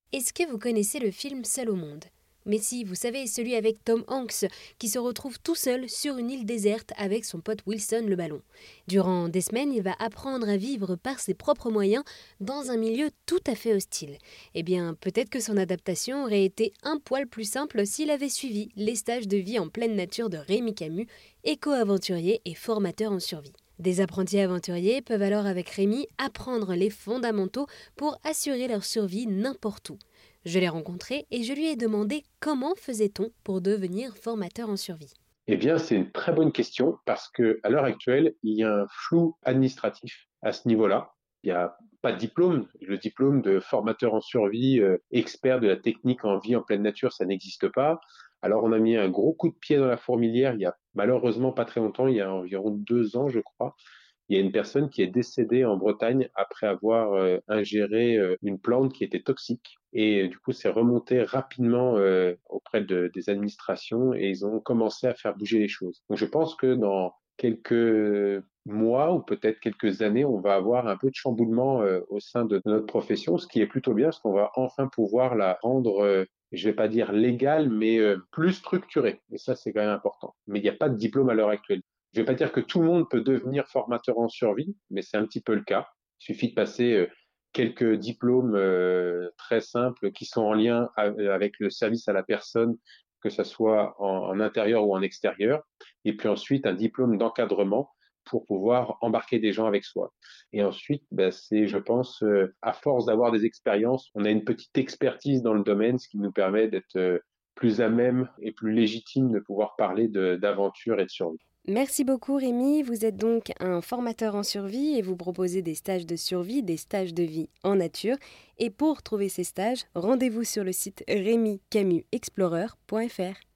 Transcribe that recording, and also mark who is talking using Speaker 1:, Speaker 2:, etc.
Speaker 1: Est-ce que vous connaissez le film Seul au monde? Mais si, vous savez, celui avec Tom Hanks, qui se retrouve tout seul sur une île déserte avec son pote Wilson le ballon. Durant des semaines, il va apprendre à vivre par ses propres moyens dans un milieu tout à fait hostile. Eh bien, peut-être que son adaptation aurait été un poil plus simple s'il avait suivi les stages de vie en pleine nature de Rémi Camus, éco-aventurier et formateur en survie. Des apprentis aventuriers peuvent alors avec Rémi apprendre les fondamentaux pour assurer leur survie n'importe où. Je l'ai rencontré et je lui ai demandé comment faisait-on pour devenir formateur en survie.
Speaker 2: Eh bien, c'est une très bonne question parce que à l'heure actuelle, il y a un flou administratif à ce niveau-là. Il n'y a pas de diplôme. Le diplôme de formateur en survie, expert de la technique en vie en pleine nature, ça n'existe pas. Alors, on a mis un gros coup de pied dans la fourmilière il y a malheureusement pas très longtemps, il y a environ 2 ans, je crois. Il y a une personne qui est décédée en Bretagne après avoir ingéré une plante qui était toxique. Et du coup, c'est remonté rapidement auprès des administrations et ils ont commencé à faire bouger les choses. Donc, je pense que dans quelques mois ou peut-être quelques années, on va avoir un peu de chamboulement au sein de notre profession, ce qui est plutôt bien parce qu'on va enfin pouvoir la rendre, je vais pas dire légale, mais plus structurée. Et ça, c'est quand même important. Mais il n'y a pas de diplôme à l'heure actuelle. Je ne vais pas dire que tout le monde peut devenir formateur en survie, mais c'est un petit peu le cas. Il suffit de passer quelques diplômes très simples qui sont en lien avec le service à la personne, que ce soit en intérieur ou en extérieur, et puis ensuite un diplôme d'encadrement pour pouvoir embarquer des gens avec soi. Et ensuite, ben, c'est, je pense, à force d'avoir des expériences, on a une petite expertise dans le domaine, ce qui nous permet d'être plus à même et plus légitime de pouvoir parler d'aventure et de survie.
Speaker 1: Merci beaucoup Rémi, vous êtes donc un formateur en survie et vous proposez des stages de survie, des stages de vie en nature. Et pour trouver ces stages, rendez-vous sur le site remycamusexplorer.fr.